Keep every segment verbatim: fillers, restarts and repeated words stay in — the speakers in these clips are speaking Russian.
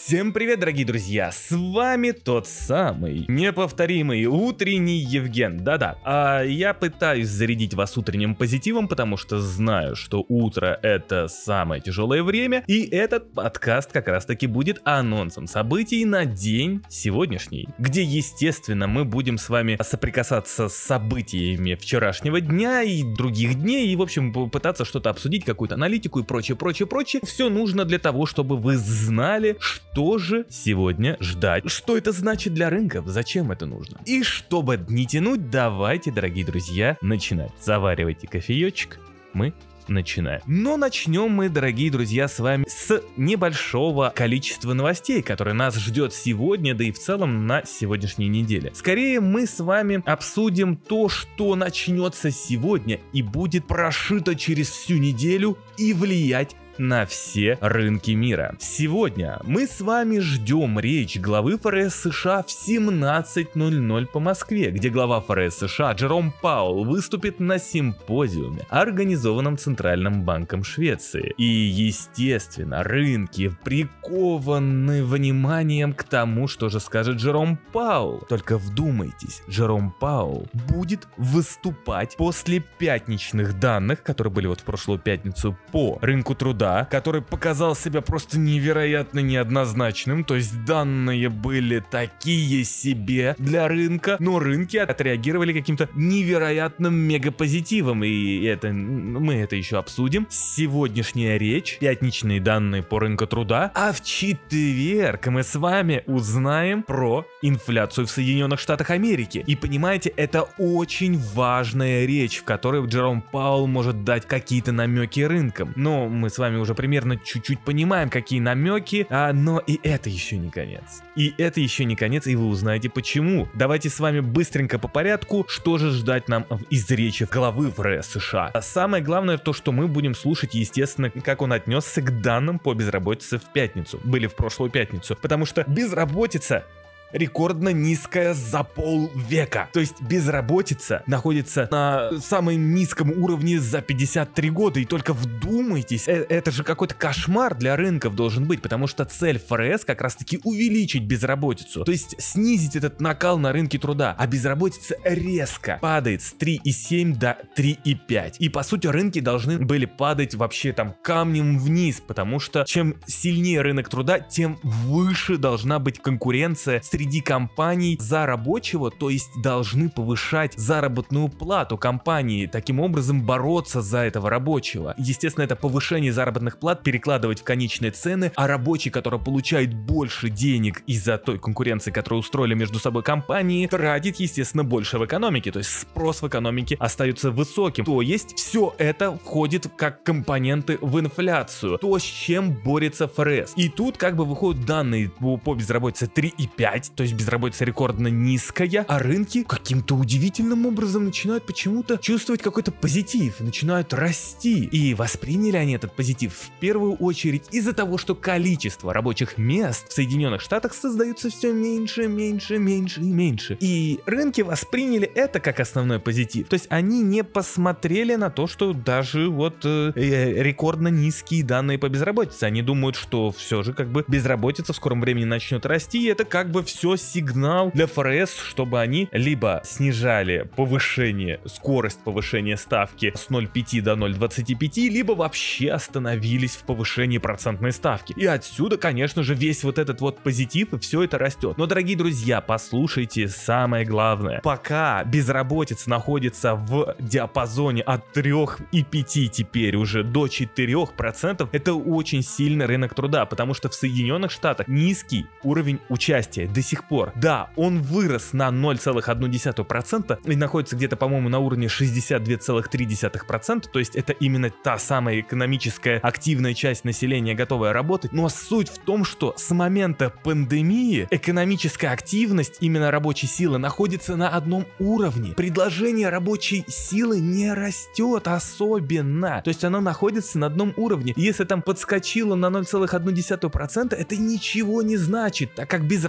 Всем привет, дорогие друзья, с вами тот самый неповторимый утренний Евген, да-да. А я пытаюсь зарядить вас утренним позитивом, потому что знаю, что утро это самое тяжелое время, и этот подкаст как раз таки будет анонсом событий на день сегодняшний, где, естественно, мы будем с вами соприкасаться с событиями вчерашнего дня и других дней, и, в общем, пытаться что-то обсудить, какую-то аналитику и прочее, прочее, прочее. Все нужно для того, чтобы вы знали, что же сегодня ждать, что это значит для рынков, зачем это нужно. И чтобы не тянуть, давайте, дорогие друзья, начинать. Заваривайте кофеечек, мы начинаем. Но начнем мы, дорогие друзья, с вами с небольшого количества новостей, которые нас ждет сегодня, да и в целом на сегодняшней неделе. Скорее мы с вами обсудим то, что начнется сегодня и будет прошито через всю неделю и влиять на все рынки мира. Сегодня мы с вами ждем речь главы ФРС США в семнадцать ноль ноль по Москве, где глава ФРС США Джером Пауэлл выступит на симпозиуме, организованном Центральным банком Швеции. И, естественно, рынки прикованы вниманием к тому, что же скажет Джером Пауэлл. Только вдумайтесь, Джером Пауэлл будет выступать после пятничных данных, которые были вот в прошлую пятницу по рынку труда, который показал себя просто невероятно неоднозначным, то есть данные были такие себе для рынка, но рынки отреагировали каким-то невероятным мегапозитивом, и это мы это еще обсудим. Сегодняшняя речь, пятничные данные по рынку труда, а в четверг мы с вами узнаем про инфляцию в Соединенных Штатах Америки. И понимаете, это очень важная речь, в которой Джером Пауэлл может дать какие-то намеки рынкам. Но мы с вами уже примерно чуть-чуть понимаем, какие намеки, а, но и это еще не конец. И это еще не конец, и вы узнаете почему. Давайте с вами быстренько по порядку, что же ждать нам из речи главы ФРС США. А самое главное то, что мы будем слушать, естественно, как он отнесся к данным по безработице в пятницу. Были в прошлую пятницу. Потому что безработица рекордно низкая за полвека. То есть безработица находится на самом низком уровне за пятьдесят три года. И только вдумайтесь, э- это же какой-то кошмар для рынков должен быть, потому что цель ФРС как раз таки увеличить безработицу. То есть снизить этот накал на рынке труда. А безработица резко падает с три и семь до три и пять. И по сути рынки должны были падать вообще там камнем вниз, потому что чем сильнее рынок труда, тем выше должна быть конкуренция среди Среди компаний за рабочего, то есть должны повышать заработную плату компании, таким образом бороться за этого рабочего. Естественно, это повышение заработных плат перекладывать в конечные цены, а рабочий, который получает больше денег из-за той конкуренции, которую устроили между собой компании, тратит, естественно, больше в экономике, то есть спрос в экономике остается высоким. То есть все это входит как компоненты в инфляцию, то, с чем борется ФРС. И тут как бы выходят данные по, по безработице три и пять, то есть безработица рекордно низкая, а рынки каким-то удивительным образом начинают почему-то чувствовать какой-то позитив, начинают расти. И восприняли они этот позитив в первую очередь из-за того, что количество рабочих мест в Соединенных Штатах создаются все меньше, меньше, меньше и меньше. И рынки восприняли это как основной позитив. То есть они не посмотрели на то, что даже вот э, рекордно низкие данные по безработице. Они думают, что все же как бы безработица в скором времени начнет расти, и это как бы все сигнал для ФРС, чтобы они либо снижали повышение, скорость повышения ставки с ноль целых пять десятых до ноль целых двадцать пять, либо вообще остановились в повышении процентной ставки. И отсюда, конечно же, весь вот этот вот позитив, и все это растет. Но, дорогие друзья, послушайте самое главное. Пока безработица находится в диапазоне от трёх и пяти теперь уже до четырёх процентов, это очень сильный рынок труда, потому что в Соединенных Штатах низкий уровень участия до сих пор. Да, он вырос на ноль целых одну десятую процента и находится где-то, по-моему, на уровне шестьдесят два целых три десятых процента, то есть это именно та самая экономическая активная часть населения, готовая работать. Но суть в том, что с момента пандемии экономическая активность именно рабочей силы находится на одном уровне. Предложение рабочей силы не растет особенно, то есть оно находится на одном уровне. Если там подскочило на ноль целых одну десятую процента, это ничего не значит, так как безработица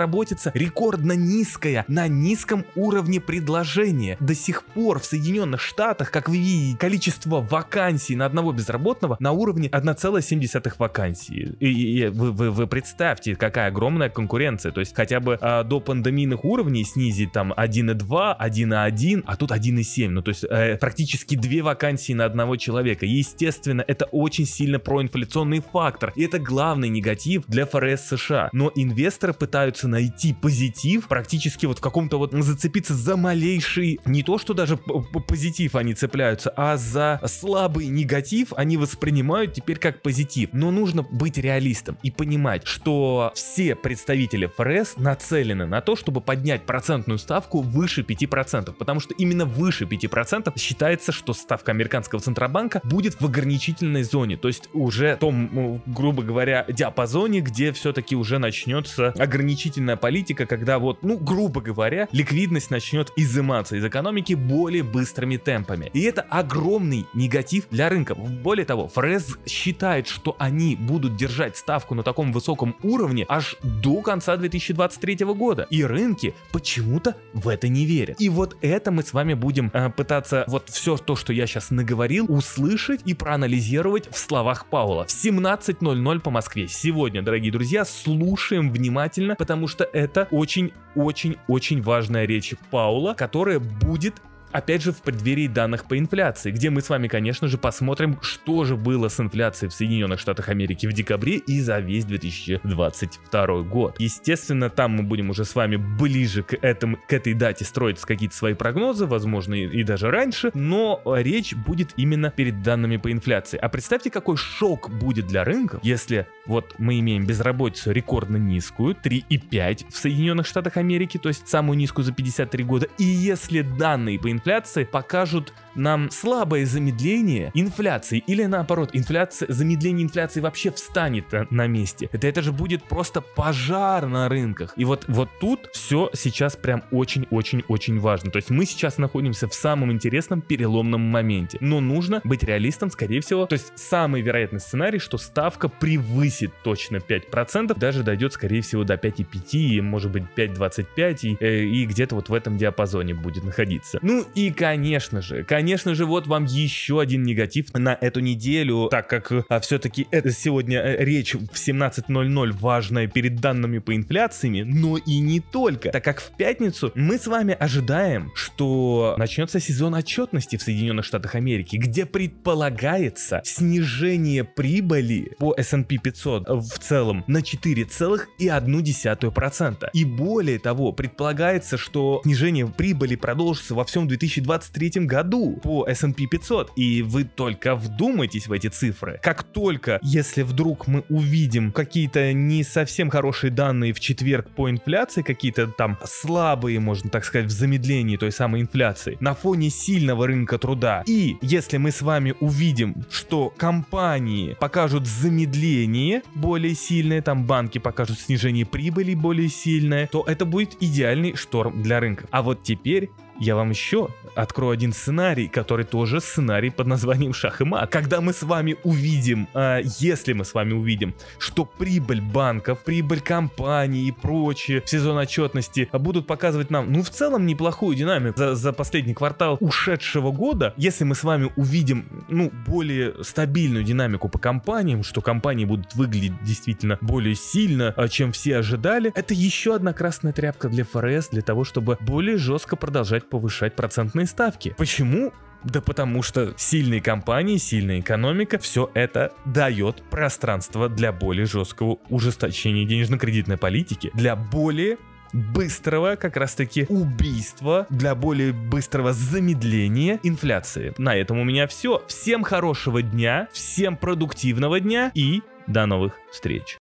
остается рекордно низкая, на низком уровне предложения. До сих пор в Соединенных Штатах, как вы видите, количество вакансий на одного безработного на уровне одна целая семь десятых вакансии. И, и, и вы, вы, вы представьте, какая огромная конкуренция. То есть хотя бы а, до пандемийных уровней снизить там один и два, один и один, а тут один и семь. Ну то есть э, практически две вакансии на одного человека. Естественно, это очень сильно проинфляционный фактор. И это главный негатив для эф эр эс США. Но инвесторы пытаются найти позитив, практически вот в каком-то вот зацепиться за малейший, не то что даже позитив они цепляются, а за слабый негатив они воспринимают теперь как позитив. Но нужно быть реалистом и понимать, что все представители эф эр эс нацелены на то, чтобы поднять процентную ставку выше пяти процентов, потому что именно выше пяти процентов считается, что ставка американского Центробанка будет в ограничительной зоне, то есть уже в том, грубо говоря, диапазоне, где все-таки уже начнется ограничительная политика, когда вот, ну, грубо говоря, ликвидность начнет изыматься из экономики более быстрыми темпами. И это огромный негатив для рынка. Более того, эф эр эс считает, что они будут держать ставку на таком высоком уровне аж до конца две тысячи двадцать третьего года. И рынки почему-то в это не верят. И вот это мы с вами будем э, пытаться вот все то, что я сейчас наговорил, услышать и проанализировать в словах Пауэлла в семнадцать ноль ноль по Москве. Сегодня, дорогие друзья, слушаем внимательно, потому что это очень-очень-очень важная речь Пауэлла, которая будет, опять же, в преддверии данных по инфляции, где мы с вами, конечно же, посмотрим, что же было с инфляцией в Соединенных Штатах Америки в декабре и за весь две тысячи двадцать второй год. Естественно, там мы будем уже с вами ближе к, этому, к этой дате строить какие-то свои прогнозы, возможно, и, и даже раньше, но речь будет именно перед данными по инфляции. А представьте, какой шок будет для рынков, если вот мы имеем безработицу рекордно низкую, три и пять в Соединенных Штатах Америки, то есть самую низкую за пятьдесят три года, и если данные по инфляции инфляции покажут нам слабое замедление инфляции, или наоборот, инфляция, замедление инфляции вообще встанет на месте. Это, это же будет просто пожар на рынках. И вот, вот тут все сейчас прям очень-очень-очень важно. То есть мы сейчас находимся в самом интересном переломном моменте. Но нужно быть реалистом, скорее всего. То есть самый вероятный сценарий, что ставка превысит точно пять процентов, даже дойдет, скорее всего, до пять и пять, может быть, пять двадцать пять, и, и где-то вот в этом диапазоне будет находиться. Ну и, конечно же, конечно Конечно же, вот вам еще один негатив на эту неделю, так как а, все-таки это сегодня речь в семнадцать ноль ноль важная перед данными по инфляциями, но и не только, так как в пятницу мы с вами ожидаем, что начнется сезон отчетности в Соединенных Штатах Америки, где предполагается снижение прибыли по эс энд пи пятьсот в целом на четыре целых одна десятая процента. И более того, предполагается, что снижение прибыли продолжится во всем две тысячи двадцать третьем году по эс энд пи пятьсот, и вы только вдумайтесь в эти цифры. Как только, если вдруг мы увидим какие-то не совсем хорошие данные в четверг по инфляции, какие-то там слабые, можно так сказать, в замедлении той самой инфляции, на фоне сильного рынка труда, и если мы с вами увидим, что компании покажут замедление более сильное, там банки покажут снижение прибыли более сильное, то это будет идеальный шторм для рынка. А вот теперь я вам еще открою один сценарий, который тоже сценарий под названием шах и мат. Когда мы с вами увидим, а, если мы с вами увидим, что прибыль банков, прибыль компаний и прочее в сезон отчетности будут показывать нам, ну, в целом неплохую динамику за, за последний квартал ушедшего года, если мы с вами увидим, ну, более стабильную динамику по компаниям, что компании будут выглядеть действительно более сильно, чем все ожидали, это еще одна красная тряпка для эф эр эс, для того, чтобы более жестко продолжать повышать процентные ставки. Почему? Да потому что сильные компании, сильная экономика, все это дает пространство для более жесткого ужесточения денежно-кредитной политики, для более быстрого как раз таки убийства, для более быстрого замедления инфляции. На этом у меня все. Всем хорошего дня, всем продуктивного дня и до новых встреч.